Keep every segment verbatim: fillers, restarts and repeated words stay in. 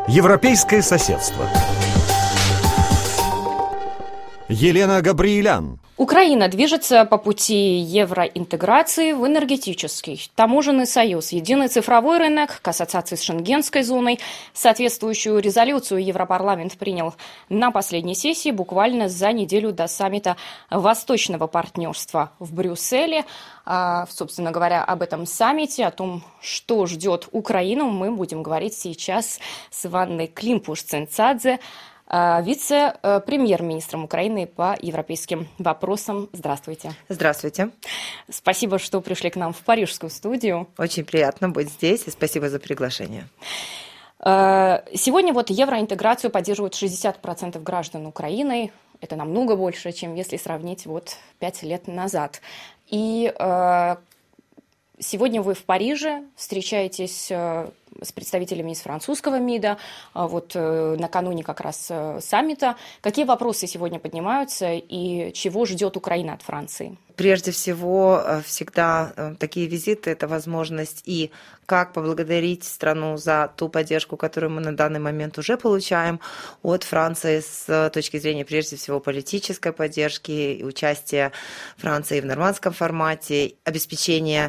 Европейское соседство. Елена Габриелян. Украина движется по пути евроинтеграции в энергетический, таможенный союз, единый цифровой рынок, к ассоциации с Шенгенской зоной. Соответствующую резолюцию Европарламент принял на последней сессии буквально за неделю до саммита Восточного партнерства в Брюсселе. А, собственно говоря, об этом саммите, о том, что ждет Украину, мы будем говорить сейчас с Иванной Климпуш-Цинцадзе, вице-премьер-министром Украины по европейским вопросам. Здравствуйте. Здравствуйте. Спасибо, что пришли к нам в парижскую студию. Очень приятно быть здесь, и спасибо за приглашение. Сегодня вот евроинтеграцию поддерживают шестьдесят процентов граждан Украины. Это намного больше, чем если сравнить вот пять лет назад. И сегодня вы в Париже встречаетесь с представителями из французского МИДа, вот накануне как раз саммита. Какие вопросы сегодня поднимаются и чего ждет Украина от Франции? Прежде всего, всегда такие визиты – это возможность и как поблагодарить страну за ту поддержку, которую мы на данный момент уже получаем от Франции с точки зрения, прежде всего, политической поддержки и участия Франции в нормандском формате, обеспечения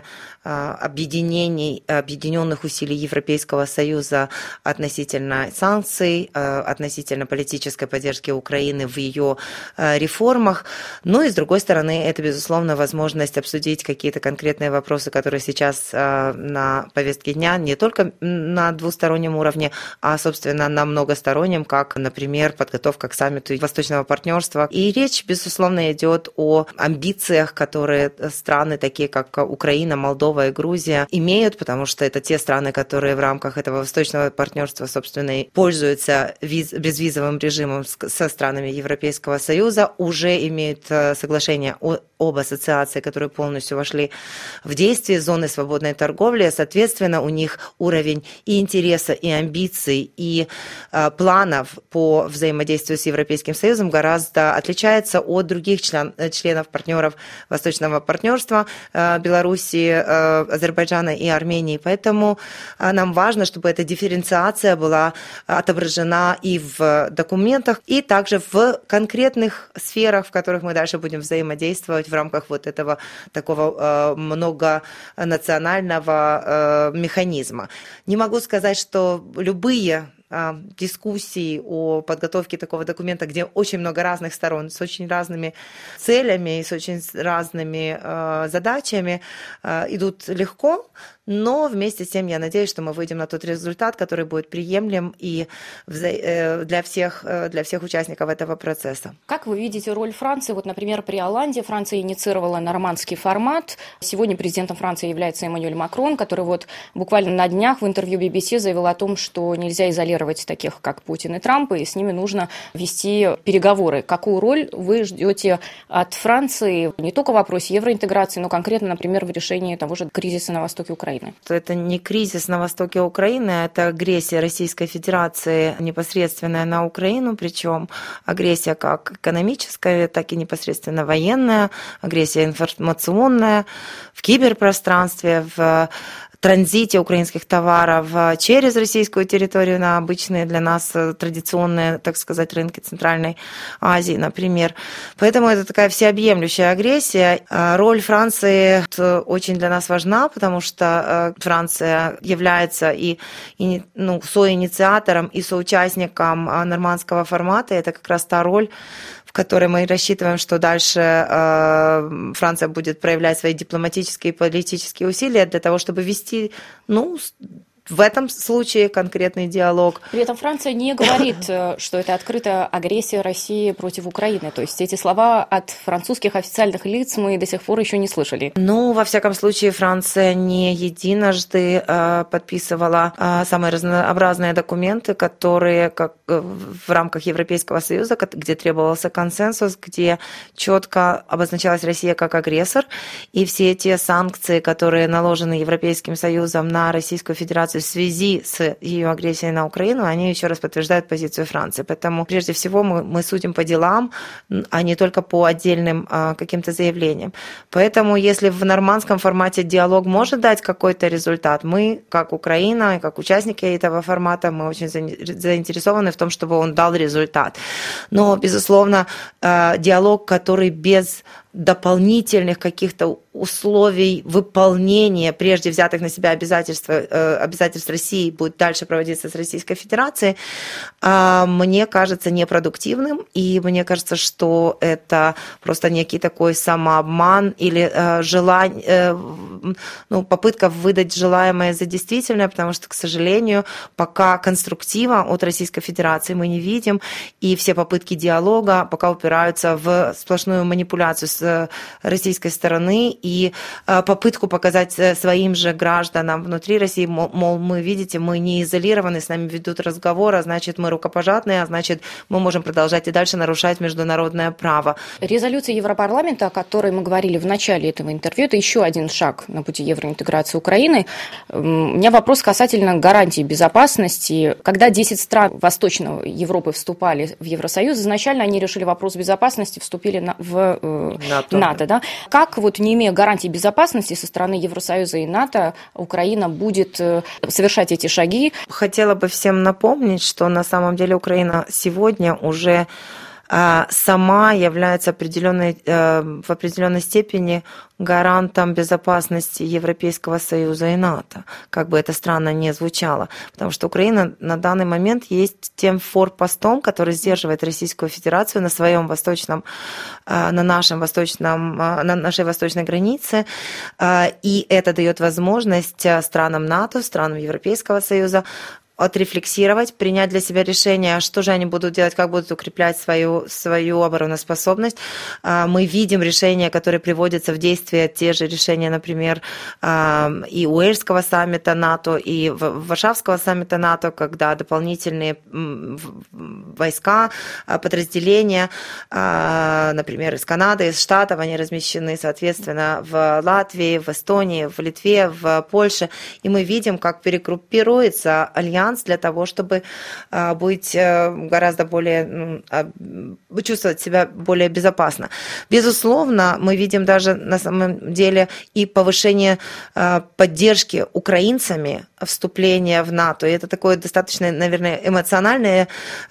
объединений, объединенных усилий Европейского Союза относительно санкций, относительно политической поддержки Украины в ее реформах. Ну и, с другой стороны, это, безусловно, возможность обсудить какие-то конкретные вопросы, которые сейчас на повестке дня, не только на двустороннем уровне, а, собственно, на многостороннем, как, например, подготовка к саммиту Восточного партнерства. И речь, безусловно, идет о амбициях, которые страны, такие как Украина, Молдова и Грузия, имеют, потому что это те страны, которые в рамках этого Восточного партнерства, собственно, и пользуются виз, безвизовым режимом со странами Европейского Союза, уже имеют соглашение о, об ассоциации, которые полностью вошли в действие зоны свободной торговли. Соответственно, у них уровень и интереса, и амбиций, и э, планов по взаимодействию с Европейским Союзом гораздо отличается от других член, членов партнеров Восточного партнерства э, Белоруссии, э, Азербайджана и Армении. Поэтому э, нам важно, чтобы эта дифференциация была отображена и в документах, и также в конкретных сферах, в которых мы дальше будем взаимодействовать в рамках вот этого такого э, многонационального э, механизма. Не могу сказать, что любые э, дискуссии о подготовке такого документа, где очень много разных сторон, с очень разными целями и с очень разными э, задачами, э, идут легко, но вместе с тем я надеюсь, что мы выйдем на тот результат, который будет приемлем и для всех, для всех участников этого процесса. Как вы видите роль Франции? Вот, например, при Оланде Франция инициировала нормандский формат. Сегодня президентом Франции является Эммануэль Макрон, который вот буквально на днях в интервью би би си заявил о том, что нельзя изолировать таких, как Путин и Трамп, и с ними нужно вести переговоры. Какую роль вы ждете от Франции не только в вопросе евроинтеграции, но конкретно, например, в решении того же кризиса на востоке Украины? Это не кризис на востоке Украины, это агрессия Российской Федерации непосредственная на Украину, причем агрессия как экономическая, так и непосредственно военная, агрессия информационная в киберпространстве, в транзите украинских товаров через российскую территорию на обычные для нас традиционные, так сказать, рынки Центральной Азии, например. Поэтому это такая всеобъемлющая агрессия. Роль Франции очень для нас важна, потому что Франция является и, и ну, соинициатором и соучастником нормандского формата. Это как раз та роль, в которой мы рассчитываем, что дальше э, Франция будет проявлять свои дипломатические и политические усилия для того, чтобы вести, ну, в этом случае конкретный диалог. При этом Франция не говорит, что это открытая агрессия России против Украины. То есть эти слова от французских официальных лиц мы до сих пор еще не слышали. Ну, во всяком случае, Франция не единожды э, подписывала э, самые разнообразные документы, которые как, э, в рамках Европейского Союза, где требовался консенсус, где четко обозначалась Россия как агрессор. И все те санкции, которые наложены Европейским Союзом на Российскую Федерацию Федерацию в связи с ее агрессией на Украину, они еще раз подтверждают позицию Франции. Поэтому прежде всего мы, мы судим по делам, а не только по отдельным а, каким-то заявлениям. Поэтому если в нормандском формате диалог может дать какой-то результат, мы, как Украина, как участники этого формата, мы очень заинтересованы в том, чтобы он дал результат. Но, безусловно, а, диалог, который без дополнительных каких-то условий выполнения прежде взятых на себя обязательств, обязательств России будет дальше проводиться с Российской Федерацией, мне кажется непродуктивным, и мне кажется, что это просто некий такой самообман или желание, ну, попытка выдать желаемое за действительное, потому что, к сожалению, пока конструктива от Российской Федерации мы не видим, и все попытки диалога пока упираются в сплошную манипуляцию с российской стороны и попытку показать своим же гражданам внутри России, мол, мы, видите, мы не изолированы, с нами ведут разговор, а значит, мы рукопожатные, а значит, мы можем продолжать и дальше нарушать международное право. Резолюция Европарламента, о которой мы говорили в начале этого интервью, это еще один шаг на пути евроинтеграции Украины. У меня вопрос касательно гарантий безопасности. Когда десять стран Восточной Европы вступали в Евросоюз, изначально они решили вопрос безопасности, вступили в э, НАТО. НАТО, да? Как, вот не имея гарантий безопасности со стороны Евросоюза и НАТО, Украина будет совершать эти шаги? Хотела бы всем напомнить, что на самом деле Украина сегодня уже сама является определенной, в определенной степени гарантом безопасности Европейского Союза и НАТО, как бы это странно ни звучало, потому что Украина на данный момент есть тем форпостом, который сдерживает Российскую Федерацию на своем восточном, на нашем восточном, на нашей восточной границе, и это дает возможность странам НАТО, странам Европейского Союза отрефлексировать, принять для себя решение, что же они будут делать, как будут укреплять свою, свою обороноспособность. Мы видим решения, которые приводятся в действие, те же решения, например, и Уэльского саммита НАТО, и Варшавского саммита НАТО, когда дополнительные войска, подразделения, например, из Канады, из Штатов, они размещены, соответственно, в Латвии, в Эстонии, в Литве, в Польше, и мы видим, как перегруппируется альянс для того, чтобы быть гораздо более, чувствовать себя более безопасно. Безусловно, мы видим даже на самом деле и повышение поддержки украинцами вступления в НАТО. И это такое достаточно, наверное, эмоциональное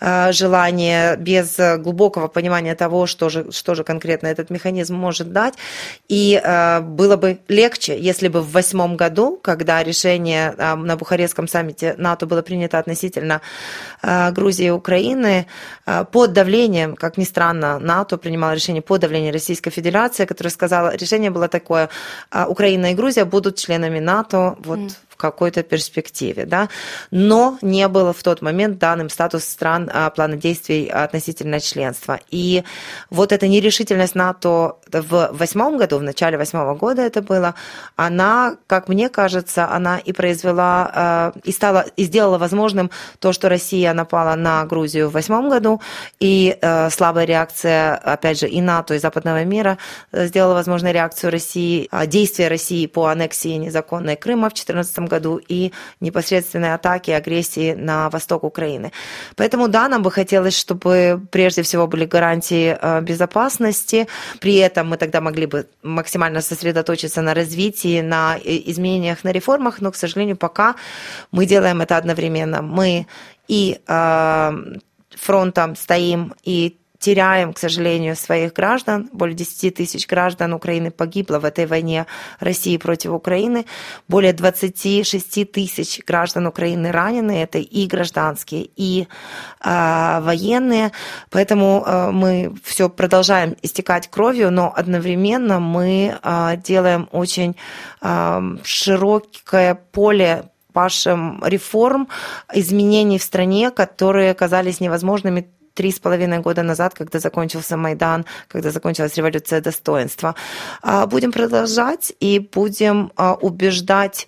желание без глубокого понимания того, что же, что же конкретно этот механизм может дать. И было бы легче, если бы в восьмом году, когда решение на Бухарестском саммите НАТО было принято относительно Грузии и Украины, под давлением, как ни странно, НАТО принимало решение под давлением Российской Федерации, которая сказала, решение было такое: Украина и Грузия будут членами НАТО вот mm. в какой-то перспективе, да, но не было в тот момент данным статус стран плана действий относительно членства. И вот эта нерешительность НАТО в восьмом году, в начале восьмого года это было, она, как мне кажется, она и произвела, и стала, и сделала возможным то, что Россия напала на Грузию в восьмом году, и слабая реакция, опять же, и НАТО, и западного мира сделала возможной реакцию России, действия России по аннексии незаконной Крыма в две тысячи четырнадцатом году и непосредственной атаки, агрессии на восток Украины. Поэтому, да, нам бы хотелось, чтобы прежде всего были гарантии безопасности, при этом мы тогда могли бы максимально сосредоточиться на развитии, на изменениях, на реформах, но, к сожалению, пока мы делаем это одновременно. Мы и э, фронтом стоим, и теряем, к сожалению, своих граждан. Более десять тысяч граждан Украины погибло в этой войне России против Украины. Более двадцать шесть тысяч граждан Украины ранены. Это и гражданские, и э, военные. Поэтому э, мы все продолжаем истекать кровью, но одновременно мы э, делаем очень э, широкое поле пашем реформ, изменений в стране, которые казались невозможными три с половиной года назад, когда закончился Майдан, когда закончилась революция достоинства. Будем продолжать и будем убеждать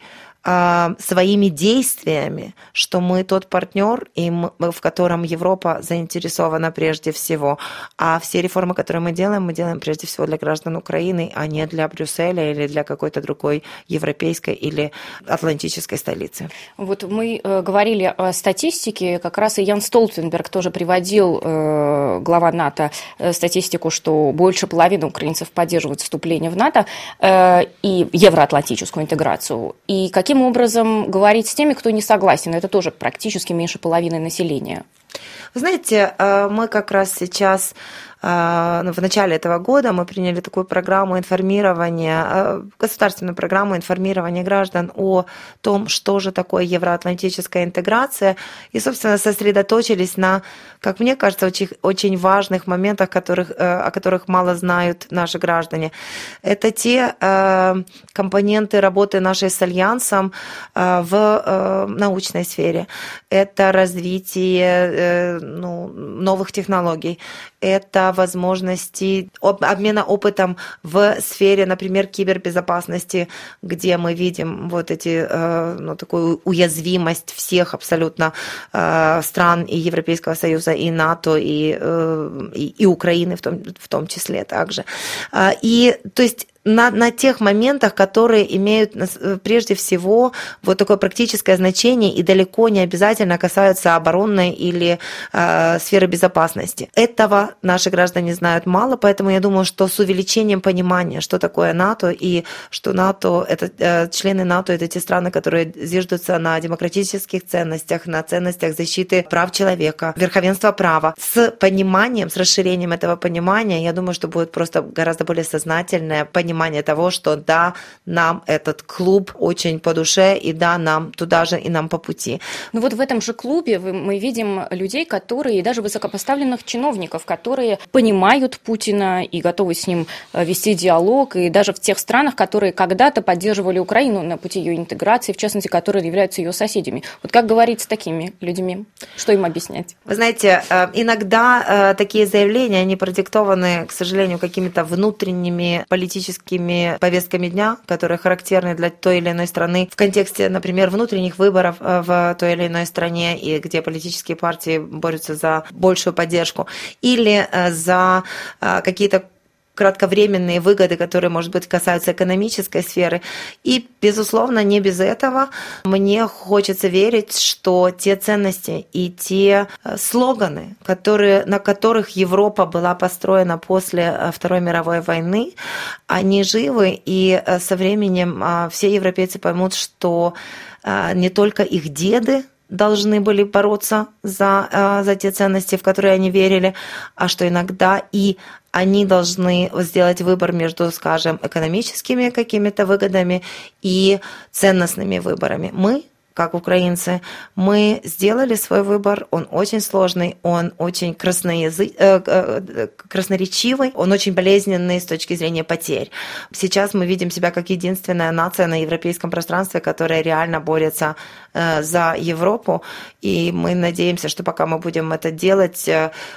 своими действиями, что мы тот партнер, и мы, в котором Европа заинтересована прежде всего. А все реформы, которые мы делаем, мы делаем прежде всего для граждан Украины, а не для Брюсселя или для какой-то другой европейской или атлантической столицы. Вот мы э, говорили о статистике, как раз и Ян Столтенберг тоже приводил, э, глава НАТО, э, статистику, что больше половины украинцев поддерживают вступление в НАТО э, и евроатлантическую интеграцию. И каким образом говорить с теми, кто не согласен? Это тоже практически меньше половины населения. Вы знаете, мы как раз сейчас в начале этого года мы приняли такую программу информирования, государственную программу информирования граждан о том, что же такое евроатлантическая интеграция, и, собственно, сосредоточились на, как мне кажется, очень, очень важных моментах, которых, о которых мало знают наши граждане. Это те компоненты работы нашей с Альянсом в научной сфере, это развитие ну, новых технологий, это возможности обмена опытом в сфере, например, кибербезопасности, где мы видим вот эти, ну, такую уязвимость всех абсолютно стран и Европейского Союза, и НАТО, и, и, и Украины в том, в том числе также. И, то есть, На, на тех моментах, которые имеют прежде всего вот такое практическое значение и далеко не обязательно касаются оборонной или э, сферы безопасности. Этого наши граждане знают мало, поэтому я думаю, что с увеличением понимания, что такое НАТО, и что НАТО, это, э, члены НАТО, это те страны, которые зиждутся на демократических ценностях, на ценностях защиты прав человека, верховенства права. С пониманием, с расширением этого понимания, я думаю, что будет просто гораздо более сознательное понимание понимание того, что да, нам этот клуб очень по душе, и да, нам туда же, и нам по пути. Ну вот в этом же клубе мы видим людей, которые, даже высокопоставленных чиновников, которые понимают Путина и готовы с ним вести диалог, и даже в тех странах, которые когда-то поддерживали Украину на пути ее интеграции, в частности, которые являются ее соседями. Вот как говорить с такими людьми? Что им объяснять? Вы знаете, иногда такие заявления, они продиктованы, к сожалению, какими-то внутренними политическими повестками дня, которые характерны для той или иной страны в контексте, например, внутренних выборов в той или иной стране, и где политические партии борются за большую поддержку, или за какие-то кратковременные выгоды, которые, может быть, касаются экономической сферы. И, безусловно, не без этого мне хочется верить, что те ценности и те слоганы, которые, на которых Европа была построена после Второй мировой войны, они живы, и со временем все европейцы поймут, что не только их деды должны были бороться за, за те ценности, в которые они верили, а что иногда и они должны сделать выбор между, скажем, экономическими какими-то выгодами и ценностными выборами. Мы, как украинцы, мы сделали свой выбор, он очень сложный, он очень красноязы... красноречивый, он очень болезненный с точки зрения потерь. Сейчас мы видим себя как единственная нация на европейском пространстве, которая реально борется за Европу, и мы надеемся, что пока мы будем это делать,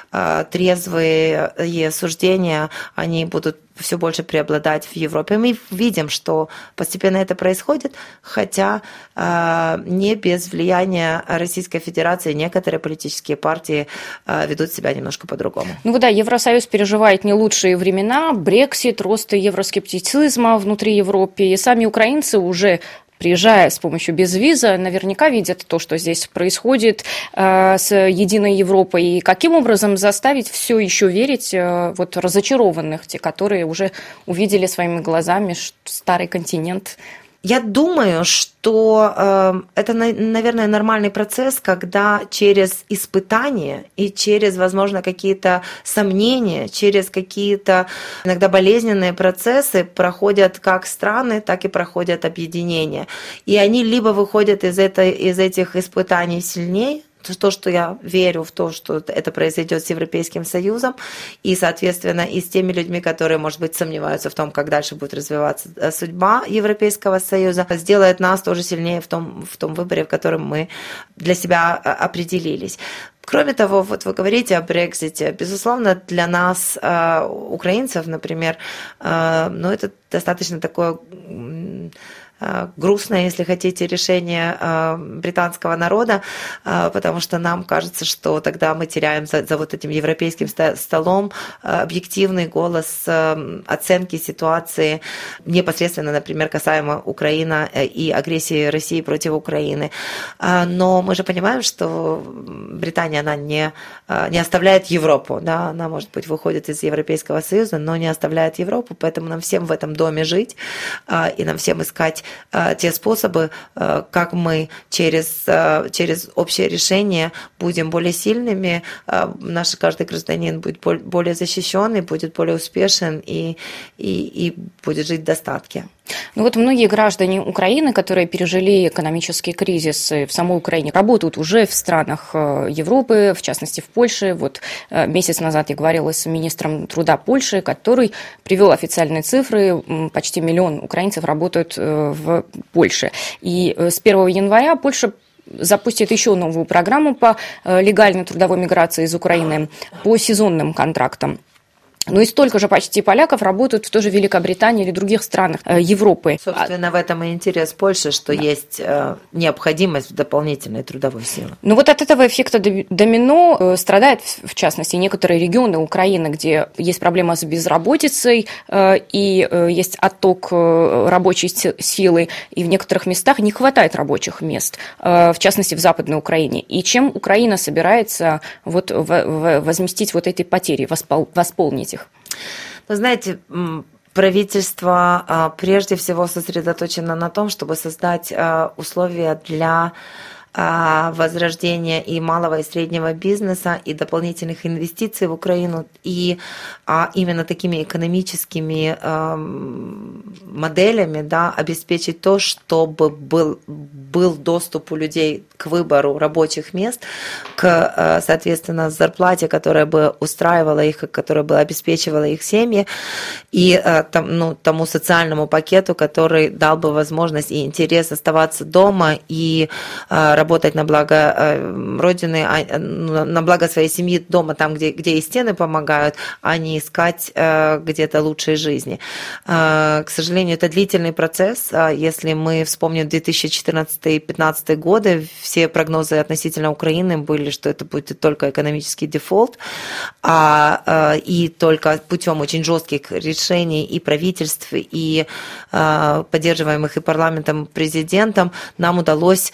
трезвые суждения, они будут все больше преобладать в Европе. Мы видим, что постепенно это происходит, хотя э, не без влияния Российской Федерации некоторые политические партии э, ведут себя немножко по-другому. Ну да, Евросоюз переживает не лучшие времена, Брексит, рост евроскептицизма внутри Европы, и сами украинцы уже, приезжая с помощью безвиза, наверняка видят то, что здесь происходит э, с единой Европой. И каким образом заставить все еще верить э, вот разочарованных, те, которые уже увидели своими глазами старый континент? Я думаю, что э, это, наверное, нормальный процесс, когда через испытания и через, возможно, какие-то сомнения, через какие-то иногда болезненные процессы проходят как страны, так и проходят объединения. И они либо выходят из, этой, из этих испытаний сильнее, то, что я верю в то, что это произойдет с Европейским Союзом, и, соответственно, и с теми людьми, которые, может быть, сомневаются в том, как дальше будет развиваться судьба Европейского Союза, сделает нас тоже сильнее в том, в том выборе, в котором мы для себя определились. Кроме того, вот вы говорите о Брексите. Безусловно, для нас, украинцев, например, ну, это достаточно такое грустное, если хотите, решение британского народа, потому что нам кажется, что тогда мы теряем за, за вот этим европейским столом объективный голос оценки ситуации непосредственно, например, касаемо Украины и агрессии России против Украины. Но мы же понимаем, что Британия, она не, не оставляет Европу, да, она, может быть, выходит из Европейского Союза, но не оставляет Европу, поэтому нам всем в этом доме жить и нам всем искать те способы, как мы через, через общее решение будем более сильными, наш каждый гражданин будет более защищенный, будет более успешен и, и, и будет жить в достатке. Ну вот многие граждане Украины, которые пережили экономический кризис в самой Украине, работают уже в странах Европы, в частности в Польше. Вот месяц назад я говорила с министром труда Польши, который привел официальные цифры. Почти миллион украинцев работают в Польше. И с первого января Польша запустит еще новую программу по легальной трудовой миграции из Украины по сезонным контрактам. Ну и столько же почти поляков работают в той же Великобритании или других странах Европы. Собственно, в этом и интерес Польши, что да. есть необходимость в дополнительной трудовой силе. Ну вот от этого эффекта домино страдают, в частности, некоторые регионы Украины, где есть проблема с безработицей и есть отток рабочей силы, и в некоторых местах не хватает рабочих мест, в частности, в Западной Украине. И чем Украина собирается вот возместить вот эти потери, восполнить их? Вы знаете, правительство прежде всего сосредоточено на том, чтобы создать условия для возрождения и малого и среднего бизнеса, и дополнительных инвестиций в Украину, и а, именно такими экономическими э, моделями, да, обеспечить то, чтобы был, был доступ у людей к выбору рабочих мест, к, соответственно, зарплате, которая бы устраивала их, которая бы обеспечивала их семьи, и э, там, ну, тому социальному пакету, который дал бы возможность и интерес оставаться дома и э, работать на благо Родины, на благо своей семьи дома, там, где, где и стены помогают, а не искать где-то лучшей жизни. К сожалению, это длительный процесс. Если мы вспомним две тысячи четырнадцатый — две тысячи пятнадцатый годы, все прогнозы относительно Украины были, что это будет только экономический дефолт, а, и только путем очень жестких решений и правительств, и поддерживаемых и парламентом, президентом нам удалось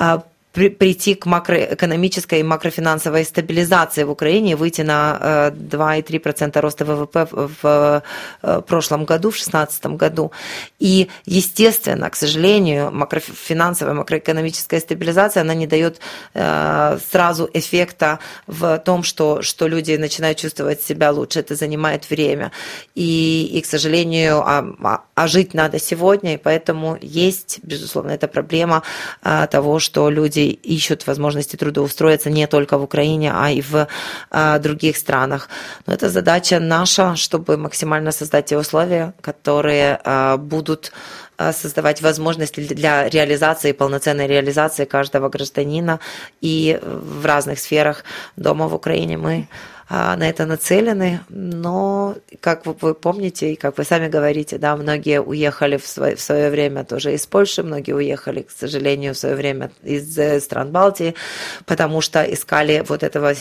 прийти к макроэкономической и макрофинансовой стабилизации в Украине, выйти на два и три десятых процента роста ВВП в прошлом году, в две тысячи шестнадцатом году. И, естественно, к сожалению, макрофинансовая, макроэкономическая стабилизация, она не дает сразу эффекта в том, что, что люди начинают чувствовать себя лучше. Это занимает время. И, и к сожалению, а, а жить надо сегодня, и поэтому есть, безусловно, эта проблема того, что люди ищут возможности трудоустроиться не только в Украине, а и в а, других странах. Но это задача наша, чтобы максимально создать те условия, которые а, будут а, создавать возможности для реализации, полноценной реализации каждого гражданина. И в разных сферах дома в Украине мы на это нацелены, но, как вы помните, и как вы сами говорите, да, многие уехали в свое, в свое время тоже из Польши, многие уехали, к сожалению, в свое время из стран Балтии, потому что искали вот этого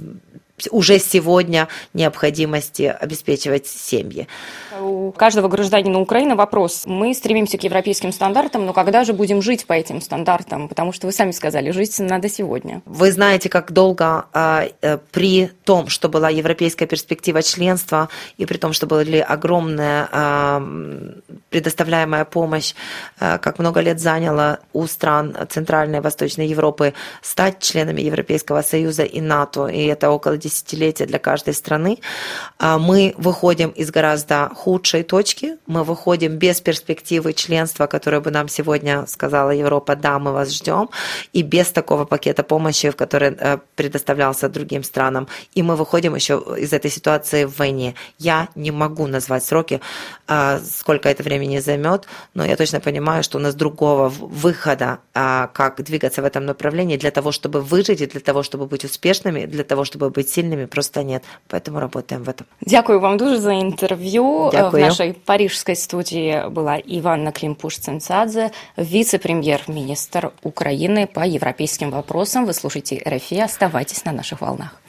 уже сегодня необходимости обеспечивать семьи. У каждого гражданина Украины вопрос. Мы стремимся к европейским стандартам, но когда же будем жить по этим стандартам? Потому что вы сами сказали, жить надо сегодня. Вы знаете, как долго э, при том, что была европейская перспектива членства, и при том, что была огромная э, предоставляемая помощь, э, как много лет заняло у стран Центральной и Восточной Европы стать членами Европейского Союза и НАТО, и это около десятилетия для каждой страны, мы выходим из гораздо худшей точки, мы выходим без перспективы членства, которое бы нам сегодня сказала Европа, да, мы вас ждем, и без такого пакета помощи, который предоставлялся другим странам, и мы выходим еще из этой ситуации в войне. Я не могу назвать сроки, сколько это времени займет, но я точно понимаю, что у нас другого выхода, как двигаться в этом направлении для того, чтобы выжить, и для того, чтобы быть успешными, для того, чтобы быть сильными просто нет. Поэтому работаем в этом. Дякую вам дуже за интервью. Дякую. В нашей парижской студии была Иванна Климпуш-Цинцадзе, вице-премьер-министр Украины по европейским вопросам. Вы слушаете эр эф и. Оставайтесь на наших волнах.